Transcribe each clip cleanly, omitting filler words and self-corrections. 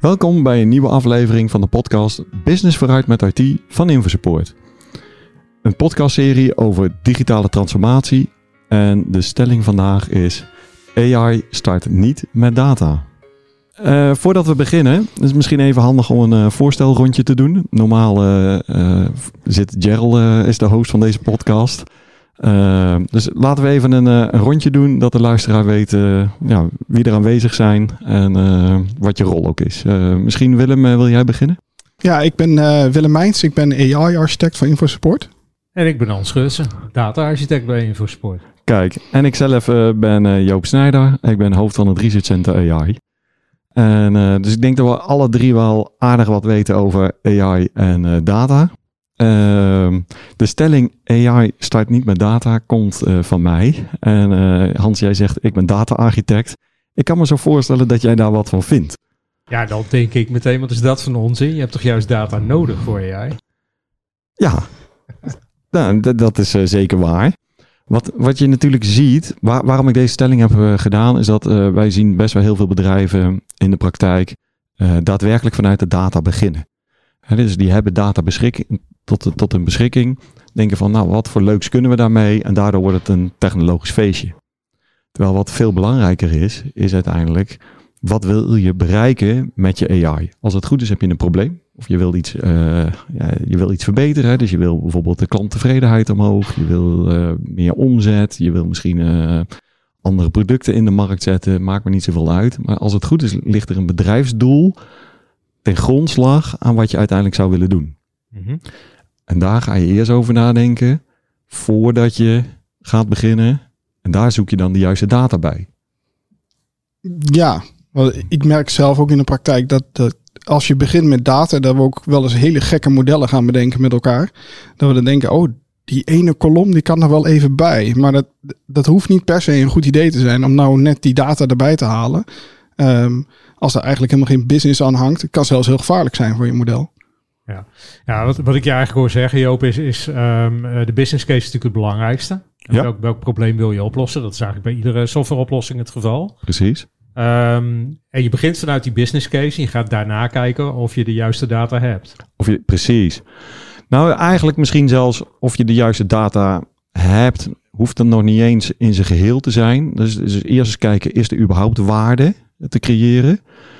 Welkom bij een nieuwe aflevering van de podcast Business vooruit met IT van InfoSupport. Een podcastserie over digitale transformatie en de stelling vandaag is: AI start niet met data. Voordat we beginnen, is het misschien even handig om een voorstelrondje te doen. Normaal zit Gerald, is de host van deze podcast. Dus laten we even een rondje doen, dat de luisteraar weet wie er aanwezig zijn en wat je rol ook is. Misschien Willem, wil jij beginnen? Ja, ik ben Willem Meijns. Ik ben AI-architect van InfoSupport. En ik ben Hans Geurtsen, data-architect bij InfoSupport. Kijk, en ik zelf ben Joop Snijder. Ik ben hoofd van het Research Center AI. En dus ik denk dat we alle drie wel aardig wat weten over AI en data. De stelling AI start niet met data komt van mij. En Hans, jij zegt ik ben data-architect. Ik kan me zo voorstellen dat jij daar wat van vindt. Ja, dan denk ik meteen, wat is dat voor onzin? Je hebt toch juist data nodig voor AI? Ja, dat is zeker waar. Wat je natuurlijk ziet, waarom ik deze stelling heb gedaan, is dat wij zien best wel heel veel bedrijven in de praktijk daadwerkelijk vanuit de data beginnen. Dus die hebben data tot hun beschikking. Denken van, nou, wat voor leuks kunnen we daarmee? En daardoor wordt het een technologisch feestje. Terwijl wat veel belangrijker is uiteindelijk, wat wil je bereiken met je AI? Als het goed is, heb je een probleem. Of je wil iets verbeteren. Hè? Dus je wil bijvoorbeeld de klanttevredenheid omhoog. Je wil meer omzet. Je wil misschien andere producten in de markt zetten. Maakt me niet zoveel uit. Maar als het goed is, ligt er een bedrijfsdoel ten grondslag aan wat je uiteindelijk zou willen doen. Mm-hmm. En daar ga je eerst over nadenken voordat je gaat beginnen. En daar zoek je dan de juiste data bij. Ja, ik merk zelf ook in de praktijk dat als je begint met data, dat we ook wel eens hele gekke modellen gaan bedenken met elkaar. Dat we dan denken, die ene kolom die kan er wel even bij. Maar dat hoeft niet per se een goed idee te zijn om nou net die data erbij te halen. Als er eigenlijk helemaal geen business aan hangt. Het kan zelfs heel gevaarlijk zijn voor je model. Ja, wat ik je eigenlijk hoor zeggen, Joop, is de business case is natuurlijk het belangrijkste. Ja. Welk probleem wil je oplossen? Dat is eigenlijk bij iedere softwareoplossing het geval. Precies. En je begint vanuit die business case en je gaat daarna kijken of je de juiste data hebt. Precies. Nou, eigenlijk misschien zelfs of je de juiste data hebt, hoeft er nog niet eens in zijn geheel te zijn. Dus eerst eens kijken, is er überhaupt waarde te creëren?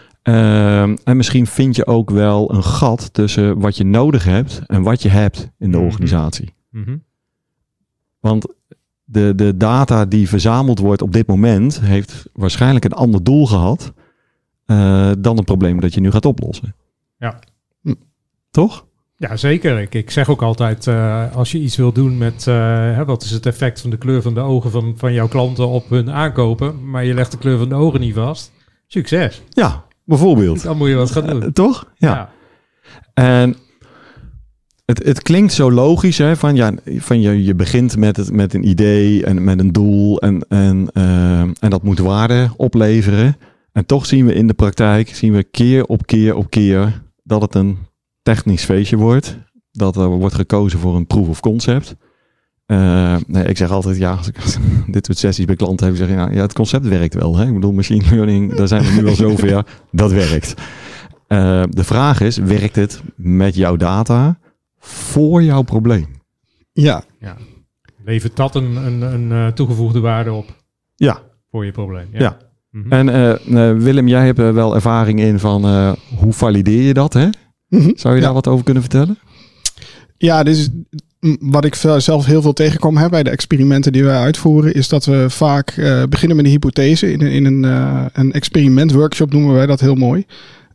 En misschien vind je ook wel een gat tussen wat je nodig hebt en wat je hebt in de organisatie. Mm-hmm. Want de data die verzameld wordt op dit moment heeft waarschijnlijk een ander doel gehad dan het probleem dat je nu gaat oplossen. Ja. Toch? Ja, zeker. Ik zeg ook altijd, als je iets wil doen met wat is het effect van de kleur van de ogen van jouw klanten op hun aankopen, maar je legt de kleur van de ogen niet vast, succes. Ja, bijvoorbeeld. Dan moet je wat gaan doen. Toch? Ja. En het klinkt zo logisch, hè? Je begint met een idee en met een doel en dat moet waarde opleveren. En toch zien we in de praktijk, keer op keer dat het een technisch feestje wordt. Dat er wordt gekozen voor een proof of concept. Ik zeg altijd, als ik dit soort sessies bij klanten heb, zeg ik, het concept werkt wel. Hè? Ik bedoel, machine learning, daar zijn we nu al zover. Dat werkt. De vraag is, werkt het met jouw data voor jouw probleem? Ja. Levert dat een toegevoegde waarde op? Ja. Voor je probleem? Ja. Mm-hmm. En Willem, jij hebt er wel ervaring in van hoe valideer je dat, hè? Mm-hmm. Zou je daar wat over kunnen vertellen? Ja, dus wat ik zelf heel veel tegenkom bij de experimenten die wij uitvoeren, is dat we vaak beginnen met een hypothese. In een experimentworkshop noemen wij dat heel mooi.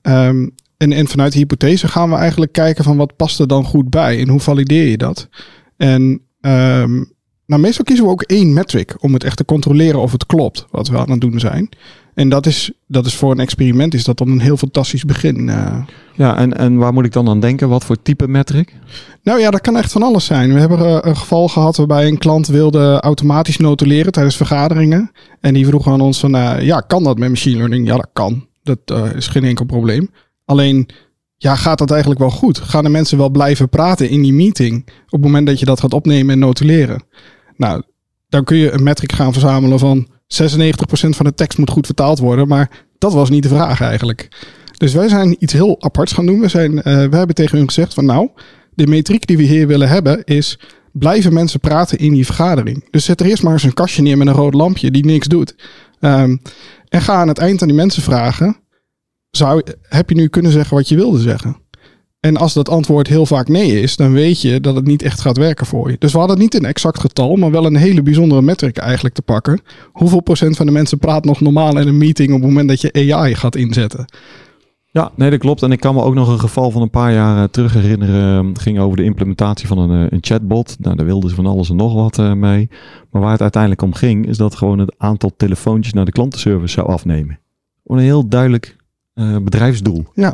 En vanuit de hypothese gaan we eigenlijk kijken van wat past er dan goed bij en hoe valideer je dat? En meestal kiezen we ook één metric om het echt te controleren of het klopt wat we aan het doen zijn. En dat is voor een experiment is dat dan een heel fantastisch begin. Ja, en waar moet ik dan aan denken? Wat voor type metric? Nou ja, dat kan echt van alles zijn. We hebben een geval gehad waarbij een klant wilde automatisch notuleren tijdens vergaderingen. En die vroeg aan ons van, kan dat met machine learning? Ja, dat kan. Dat is geen enkel probleem. Alleen, gaat dat eigenlijk wel goed? Gaan de mensen wel blijven praten in die meeting op het moment dat je dat gaat opnemen en notuleren? Nou, dan kun je een metric gaan verzamelen van 96% van de tekst moet goed vertaald worden. Maar dat was niet de vraag eigenlijk. Dus wij zijn iets heel aparts gaan doen. We hebben tegen hun gezegd van nou, de metriek die we hier willen hebben is, blijven mensen praten in die vergadering. Dus zet er eerst maar eens een kastje neer met een rood lampje die niks doet. En ga aan het eind aan die mensen vragen, heb je nu kunnen zeggen wat je wilde zeggen? En als dat antwoord heel vaak nee is, dan weet je dat het niet echt gaat werken voor je. Dus we hadden niet een exact getal, maar wel een hele bijzondere metric eigenlijk te pakken. Hoeveel procent van de mensen praat nog normaal in een meeting op het moment dat je AI gaat inzetten? Ja, nee, dat klopt. En ik kan me ook nog een geval van een paar jaar terug herinneren. Het ging over de implementatie van een chatbot. Nou, daar wilden ze van alles en nog wat mee. Maar waar het uiteindelijk om ging, is dat gewoon het aantal telefoontjes naar de klantenservice zou afnemen. Gewoon een heel duidelijk bedrijfsdoel. Ja.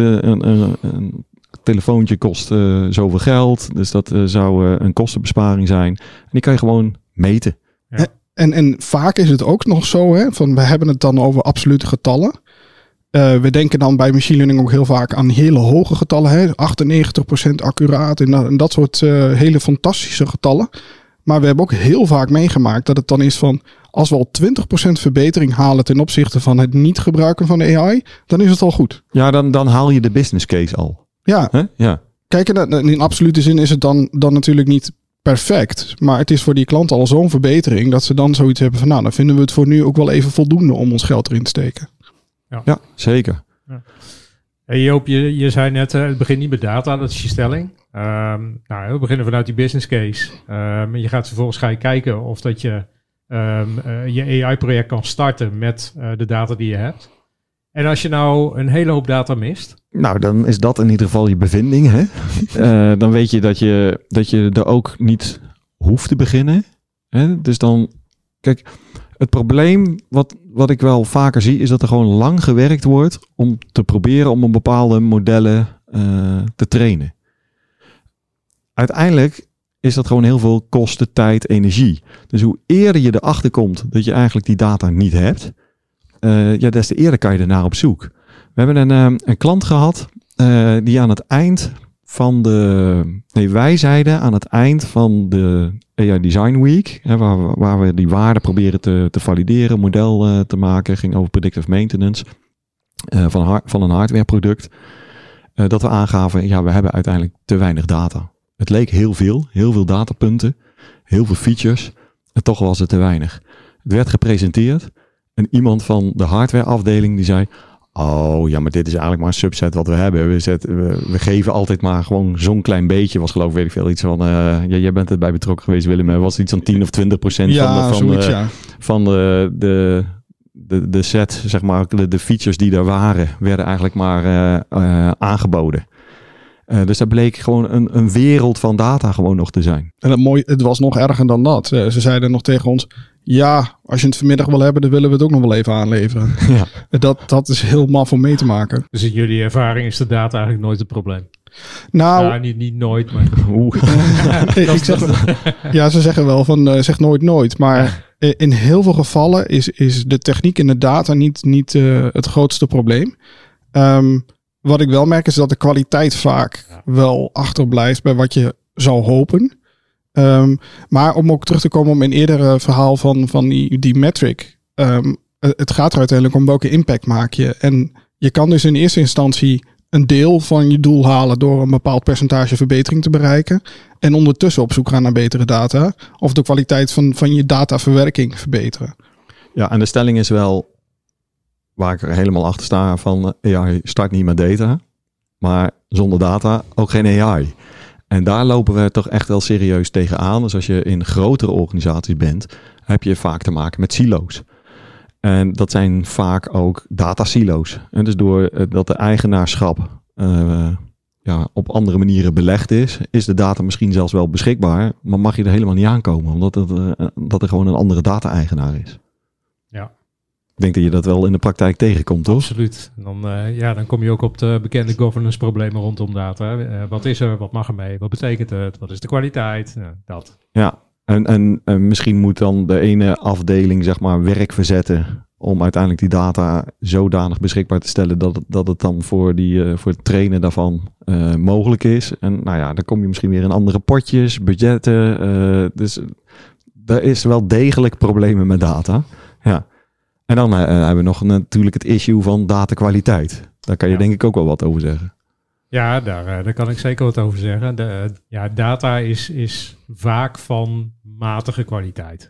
Een telefoontje kost zoveel geld. Dus dat zou een kostenbesparing zijn. En die kan je gewoon meten. Ja. En vaak is het ook nog zo, hè, van we hebben het dan over absolute getallen. We denken dan bij machine learning ook heel vaak aan hele hoge getallen. Hè? 98% accuraat en dat soort hele fantastische getallen. Maar we hebben ook heel vaak meegemaakt dat het dan is van, als we al 20% verbetering halen ten opzichte van het niet gebruiken van de AI, dan is het al goed. Ja, dan haal je de business case al. Ja. Huh? Ja. Kijk, in absolute zin is het dan natuurlijk niet perfect. Maar het is voor die klant al zo'n verbetering dat ze dan zoiets hebben van, nou, dan vinden we het voor nu ook wel even voldoende om ons geld erin te steken. Ja, zeker. Ja. Hey Joop, je zei net, het begint niet met data, dat is je stelling. We beginnen vanuit die business case. Je gaat vervolgens kijken of dat je je AI-project kan starten met de data die je hebt. En als je nou een hele hoop data mist? Nou, dan is dat in ieder geval je bevinding. Hè? Dan weet je dat je er ook niet hoeft te beginnen. Hè? Dus dan, kijk, het probleem wat ik wel vaker zie, is dat er gewoon lang gewerkt wordt om te proberen om een bepaalde modellen te trainen. Uiteindelijk is dat gewoon heel veel kosten, tijd, energie. Dus hoe eerder je erachter komt dat je eigenlijk die data niet hebt, des te eerder kan je ernaar op zoek. We hebben een klant gehad die aan het eind van wij zeiden aan het eind van de AI Design Week, waar we die waarden proberen te valideren, model te maken, ging over predictive maintenance van een hardwareproduct, dat we aangaven, we hebben uiteindelijk te weinig data. Het leek heel veel datapunten, heel veel features, en toch was het te weinig. Het werd gepresenteerd en iemand van de hardwareafdeling die zei, oh ja, maar dit is eigenlijk maar een subset wat we hebben. We geven altijd maar gewoon zo'n klein beetje. Was geloof ik, weet ik veel, iets van, jij bent erbij betrokken geweest, Willem. Was het iets van 10 of 20% van de set, zeg maar, de features die daar waren, werden eigenlijk maar aangeboden. Dus daar bleek gewoon een wereld van data gewoon nog te zijn. En het was nog erger dan dat. Ze zeiden nog tegen ons, ja, als je het vanmiddag wil hebben, dan willen we het ook nog wel even aanleveren. Ja. Dat is heel maf om mee te maken. Dus in jullie ervaring is de data eigenlijk nooit het probleem? Nou, niet nooit, maar... Ze zeggen wel van, zeg nooit. Maar in heel veel gevallen is de techniek en de data niet het grootste probleem. Wat ik wel merk is dat de kwaliteit vaak wel achterblijft bij wat je zou hopen. Maar om ook terug te komen op mijn eerdere verhaal van die metric. Het gaat er uiteindelijk om welke impact maak je. En je kan dus in eerste instantie een deel van je doel halen door een bepaald percentage verbetering te bereiken. En ondertussen op zoek gaan naar betere data. Of de kwaliteit van je dataverwerking verbeteren. Ja, en de stelling is wel, waar ik er helemaal achter sta, van AI start niet met data. Maar zonder data ook geen AI. En daar lopen we toch echt wel serieus tegenaan. Dus als je in grotere organisaties bent, heb je vaak te maken met silo's. En dat zijn vaak ook datasilo's. En dus doordat de eigenaarschap op andere manieren belegd is de data misschien zelfs wel beschikbaar, maar mag je er helemaal niet aankomen, omdat er gewoon een andere data-eigenaar is. Ja. Ik denk dat je dat wel in de praktijk tegenkomt, toch? Absoluut. Dan kom je ook op de bekende governance problemen rondom data. Wat is er? Wat mag er mee? Wat betekent het? Wat is de kwaliteit? Dat. Ja, en misschien moet dan de ene afdeling, zeg maar, werk verzetten om uiteindelijk die data zodanig beschikbaar te stellen dat het dan voor het trainen daarvan mogelijk is. En dan kom je misschien weer in andere potjes, budgetten. Dus er is wel degelijk problemen met data. Ja. En dan hebben we nog natuurlijk het issue van datakwaliteit. Daar kan je denk ik ook wel wat over zeggen. Ja, daar kan ik zeker wat over zeggen. Data is vaak van matige kwaliteit.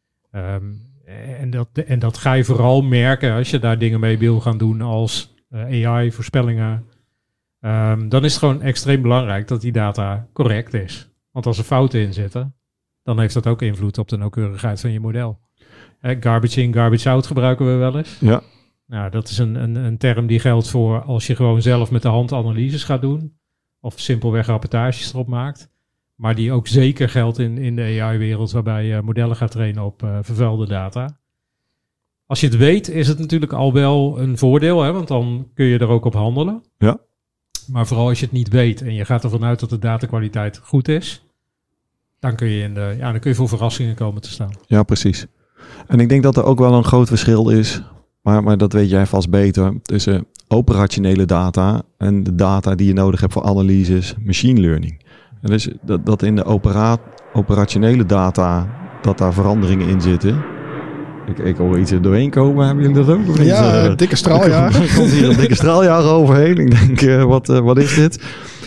En dat ga je vooral merken als je daar dingen mee wil gaan doen als AI-voorspellingen. Dan is het gewoon extreem belangrijk dat die data correct is. Want als er fouten in zitten, dan heeft dat ook invloed op de nauwkeurigheid van je model. Garbage in, garbage out gebruiken we wel eens. Ja. Nou, dat is een term die geldt voor als je gewoon zelf met de hand analyses gaat doen. Of simpelweg rapportages erop maakt. Maar die ook zeker geldt in de AI-wereld waarbij je modellen gaat trainen op vervuilde data. Als je het weet, is het natuurlijk al wel een voordeel, hè, want dan kun je er ook op handelen. Ja. Maar vooral als je het niet weet en je gaat ervan uit dat de datakwaliteit goed is, dan kun je voor verrassingen komen te staan. Ja, precies. En ik denk dat er ook wel een groot verschil is, maar dat weet jij vast beter, tussen operationele data en de data die je nodig hebt voor analyses, machine learning. En dus dat in de operationele data, dat daar veranderingen in zitten. Ik hoor iets er doorheen komen. Hebben jullie dat ook? Ja, dikke straaljaar. Er komt hier een dikke straaljaar overheen. Ik denk, wat is dit?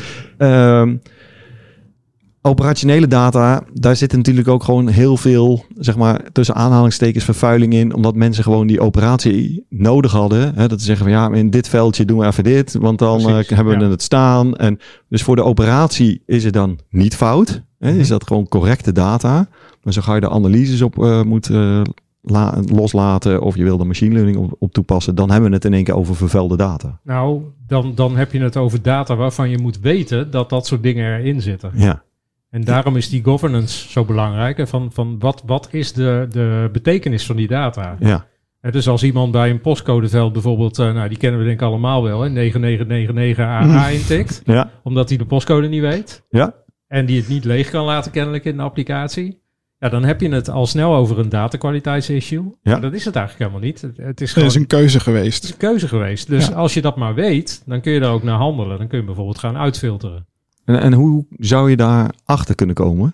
Operationele data, daar zit natuurlijk ook gewoon heel veel, zeg maar, tussen aanhalingstekens vervuiling in, omdat mensen gewoon die operatie nodig hadden. Hè, dat ze zeggen van ja, in dit veldje doen we even dit, want dan hebben we het staan. En dus voor de operatie is het dan niet fout. Hè, is dat gewoon correcte data. Maar zo ga je de analyses op moeten loslaten of je wil de machine learning op toepassen, dan hebben we het in één keer over vervuilde data. Nou, dan heb je het over data waarvan je moet weten dat soort dingen erin zitten. Ja. En daarom is die governance zo belangrijk. Hè, van wat is de betekenis van die data? Ja. Dus als iemand bij een postcodeveld bijvoorbeeld, die kennen we denk ik allemaal wel, hè, 9999 AA intikt, omdat hij de postcode niet weet. Ja. En die het niet leeg kan laten kennelijk in de applicatie. Ja, dan heb je het al snel over een datakwaliteitsissue. Ja. Maar dat is het eigenlijk helemaal niet. Het is een keuze geweest. Het is een keuze geweest. Dus als je dat maar weet, dan kun je daar ook naar handelen. Dan kun je bijvoorbeeld gaan uitfilteren. En hoe zou je daar achter kunnen komen?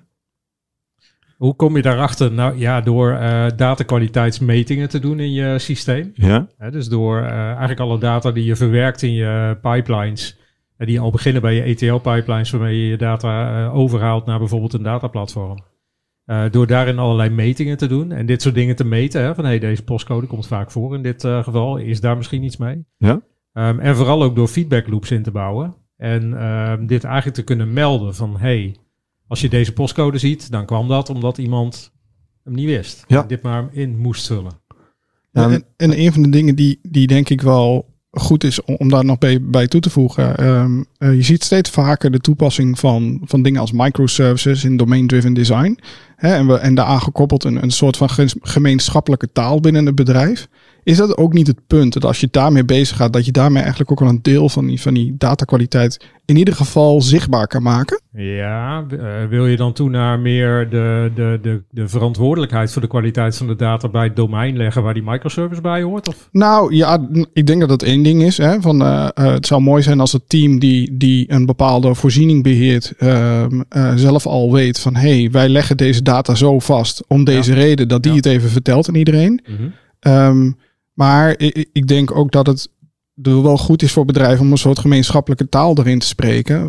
Hoe kom je daarachter? Nou ja, door datakwaliteitsmetingen te doen in je systeem. Ja. Dus door eigenlijk alle data die je verwerkt in je pipelines, die al beginnen bij je ETL-pipelines, waarmee je je data overhaalt naar bijvoorbeeld een dataplatform. Door daarin allerlei metingen te doen en dit soort dingen te meten. Hè, van deze postcode komt vaak voor in dit geval. Is daar misschien iets mee? Ja. En vooral ook door feedback loops in te bouwen. En dit eigenlijk te kunnen melden van als je deze postcode ziet, dan kwam dat omdat iemand hem niet wist. Ja. En dit maar in moest vullen. Ja, en een van de dingen die denk ik wel goed is om daar nog bij toe te voegen. Je ziet steeds vaker de toepassing van dingen als microservices in domain-driven design. En daaraan gekoppeld een soort van gemeenschappelijke taal binnen het bedrijf. Is dat ook niet het punt dat als je daarmee bezig gaat, dat je daarmee eigenlijk ook al een deel van die datakwaliteit in ieder geval zichtbaar kan maken? Ja, wil je dan toe naar meer de verantwoordelijkheid voor de kwaliteit van de data bij het domein leggen waar die microservice bij hoort? Of? Nou ja, ik denk dat dat één ding is. Hè, het zou mooi zijn als het team die een bepaalde voorziening beheert zelf al weet van wij leggen deze data zo vast om deze reden dat die het even vertelt aan iedereen. Mm-hmm. Maar ik denk ook dat het wel goed is voor bedrijven om een soort gemeenschappelijke taal erin te spreken.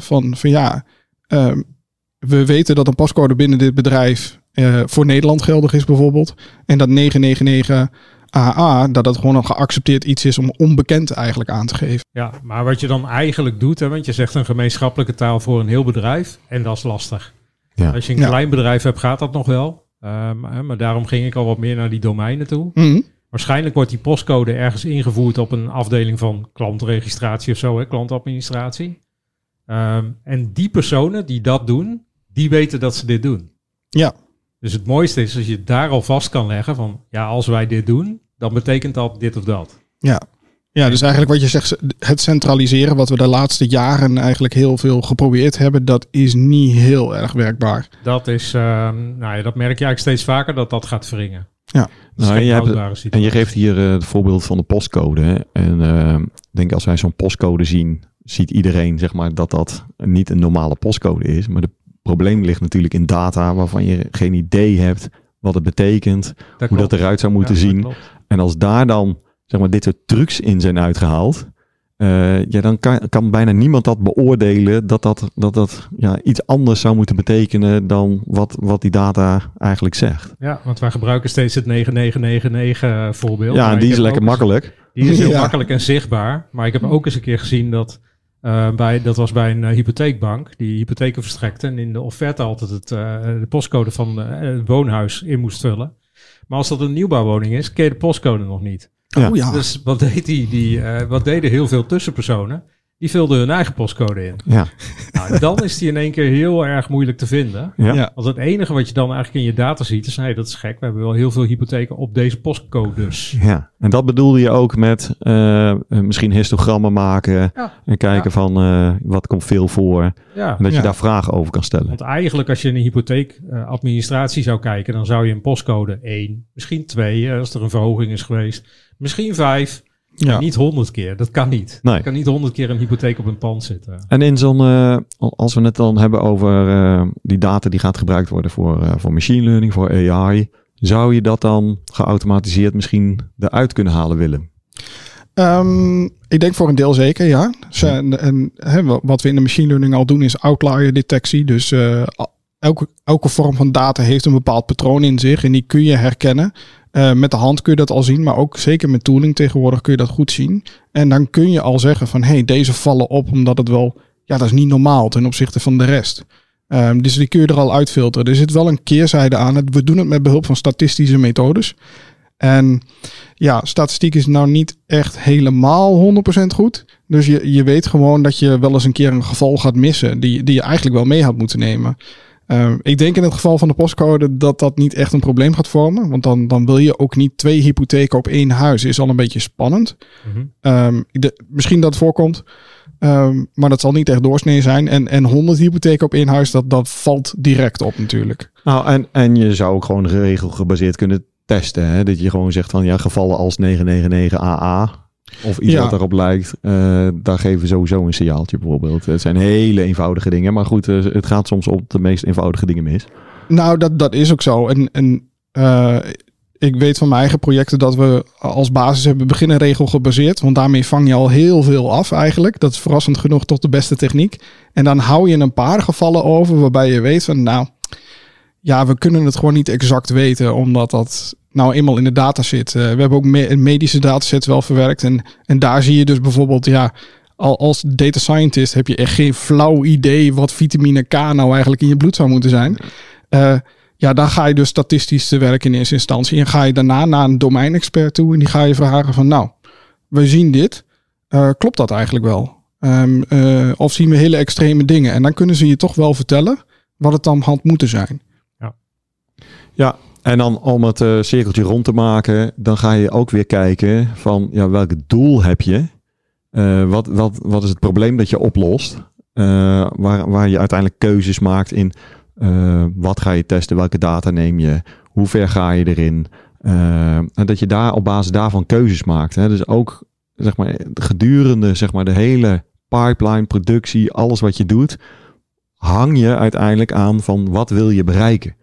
We weten dat een postcode binnen dit bedrijf voor Nederland geldig is bijvoorbeeld. En dat 999 AA, dat gewoon een geaccepteerd iets is om onbekend eigenlijk aan te geven. Ja, maar wat je dan eigenlijk doet, want je zegt een gemeenschappelijke taal voor een heel bedrijf. En dat is lastig. Ja. Als je een klein bedrijf hebt, gaat dat nog wel. Maar daarom ging ik al wat meer naar die domeinen toe. Mm-hmm. Waarschijnlijk wordt die postcode ergens ingevoerd op een afdeling van klantregistratie of zo, klantadministratie. En die personen die dat doen, die weten dat ze dit doen. Ja. Dus het mooiste is als je daar al vast kan leggen van, als wij dit doen, dan betekent dat dit of dat. Ja. Ja, dus eigenlijk wat je zegt, het centraliseren, wat we de laatste jaren eigenlijk heel veel geprobeerd hebben, dat is niet heel erg werkbaar. Dat is, dat merk je eigenlijk steeds vaker dat gaat wringen. Ja. En je geeft hier het voorbeeld van de postcode. Hè? En ik denk als wij zo'n postcode zien, ziet iedereen zeg maar dat niet een normale postcode is. Maar het probleem ligt natuurlijk in data waarvan je geen idee hebt wat het betekent, hoe dat eruit zou moeten zien. En als daar dan zeg maar dit soort trucs in zijn uitgehaald Dan kan bijna niemand dat beoordelen dat iets anders zou moeten betekenen dan wat die data eigenlijk zegt. Ja, want wij gebruiken steeds het 9999 voorbeeld. Ja, en die is lekker makkelijk. Die is heel makkelijk en zichtbaar. Maar ik heb ook eens een keer gezien dat dat was bij een hypotheekbank die hypotheken verstrekte en in de offerte altijd de postcode van het woonhuis in moest vullen. Maar als dat een nieuwbouwwoning is, ken je de postcode nog niet. Ja. Oh ja. Dus wat deed wat deden heel veel tussenpersonen? Die vulden hun eigen postcode in. Ja. Nou, dan is die in één keer heel erg moeilijk te vinden. Ja. Want het enige wat je dan eigenlijk in je data ziet is, dat is gek. We hebben wel heel veel hypotheken op deze postcodes. Ja, en dat bedoelde je ook met misschien histogrammen maken en kijken van wat komt veel voor. Ja. En dat je daar vragen over kan stellen. Want eigenlijk als je in een hypotheekadministratie zou kijken, dan zou je een postcode 1, misschien 2, als er een verhoging is geweest, misschien 5. Ja. Niet 100 keer, dat kan niet. Nee. Er kan niet 100 keer een hypotheek op een pand zitten. En in zo'n, als we het dan hebben over die data die gaat gebruikt worden voor machine learning, voor AI, zou je dat dan geautomatiseerd misschien eruit kunnen halen, Willem? Ik denk voor een deel zeker, ja. Wat we in de machine learning al doen is outlier detectie. Dus elke vorm van data heeft een bepaald patroon in zich en die kun je herkennen. Met de hand kun je dat al zien, maar ook zeker met tooling tegenwoordig kun je dat goed zien. En dan kun je al zeggen van, deze vallen op omdat het wel, dat is niet normaal ten opzichte van de rest. Dus die kun je er al uitfilteren. Er zit wel een keerzijde aan. We doen het met behulp van statistische methodes. En statistiek is nou niet echt helemaal 100% goed. Dus je weet gewoon dat je wel eens een keer een geval gaat missen die je eigenlijk wel mee had moeten nemen. Ik denk in het geval van de postcode dat niet echt een probleem gaat vormen. Want dan wil je ook niet 2 hypotheken op 1 huis. Is al een beetje spannend. Mm-hmm. Misschien dat het voorkomt. Maar dat zal niet echt doorsnee zijn. En 100 hypotheken op 1 huis, dat valt direct op natuurlijk. Nou, en je zou ook gewoon regelgebaseerd kunnen testen. Hè? Dat je gewoon zegt van gevallen als 999 AA. Of iets wat daarop lijkt, daar geven we sowieso een signaaltje bijvoorbeeld. Het zijn hele eenvoudige dingen, maar goed, het gaat soms op de meest eenvoudige dingen mis. Nou, dat is ook zo. En ik weet van mijn eigen projecten dat we als basis hebben beginnen regelgebaseerd. Want daarmee vang je al heel veel af eigenlijk. Dat is verrassend genoeg tot de beste techniek. En dan hou je een paar gevallen over waarbij je weet van we kunnen het gewoon niet exact weten, omdat dat nou eenmaal in de data zit. We hebben ook een medische dataset wel verwerkt. En daar zie je dus bijvoorbeeld, als data scientist heb je echt geen flauw idee wat vitamine K nou eigenlijk in je bloed zou moeten zijn. Dan ga je dus statistisch te werken in eerste instantie. En ga je daarna naar een domeinexpert toe en die ga je vragen van, we zien dit. Klopt dat eigenlijk wel? Of zien we hele extreme dingen? En dan kunnen ze je toch wel vertellen wat het dan had moeten zijn. Ja. En dan om het cirkeltje rond te maken, dan ga je ook weer kijken van welk doel heb je? Wat is het probleem dat je oplost? Waar je uiteindelijk keuzes maakt in wat ga je testen, welke data neem je, hoe ver ga je erin? En dat je daar op basis daarvan keuzes maakt. Hè? Dus ook gedurende de hele pipeline, productie, alles wat je doet, hang je uiteindelijk aan van wat wil je bereiken?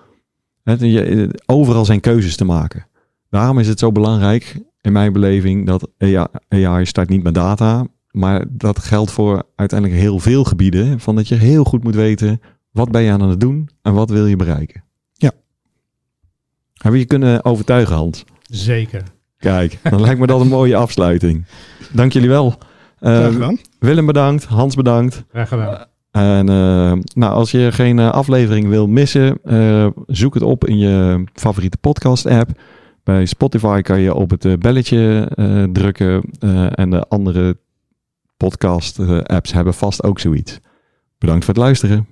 Overal zijn keuzes te maken. Daarom is het zo belangrijk in mijn beleving dat AI start niet met data. Maar dat geldt voor uiteindelijk heel veel gebieden. Van dat je heel goed moet weten wat ben je aan het doen en wat wil je bereiken. Ja. Hebben we je kunnen overtuigen, Hans? Zeker. Kijk, dan lijkt me dat een mooie afsluiting. Dank jullie wel. Graag gedaan. Willem bedankt, Hans bedankt. Graag gedaan. En als je geen aflevering wil missen, zoek het op in je favoriete podcast app. Bij Spotify kan je op het belletje drukken. En de andere podcast apps hebben vast ook zoiets. Bedankt voor het luisteren.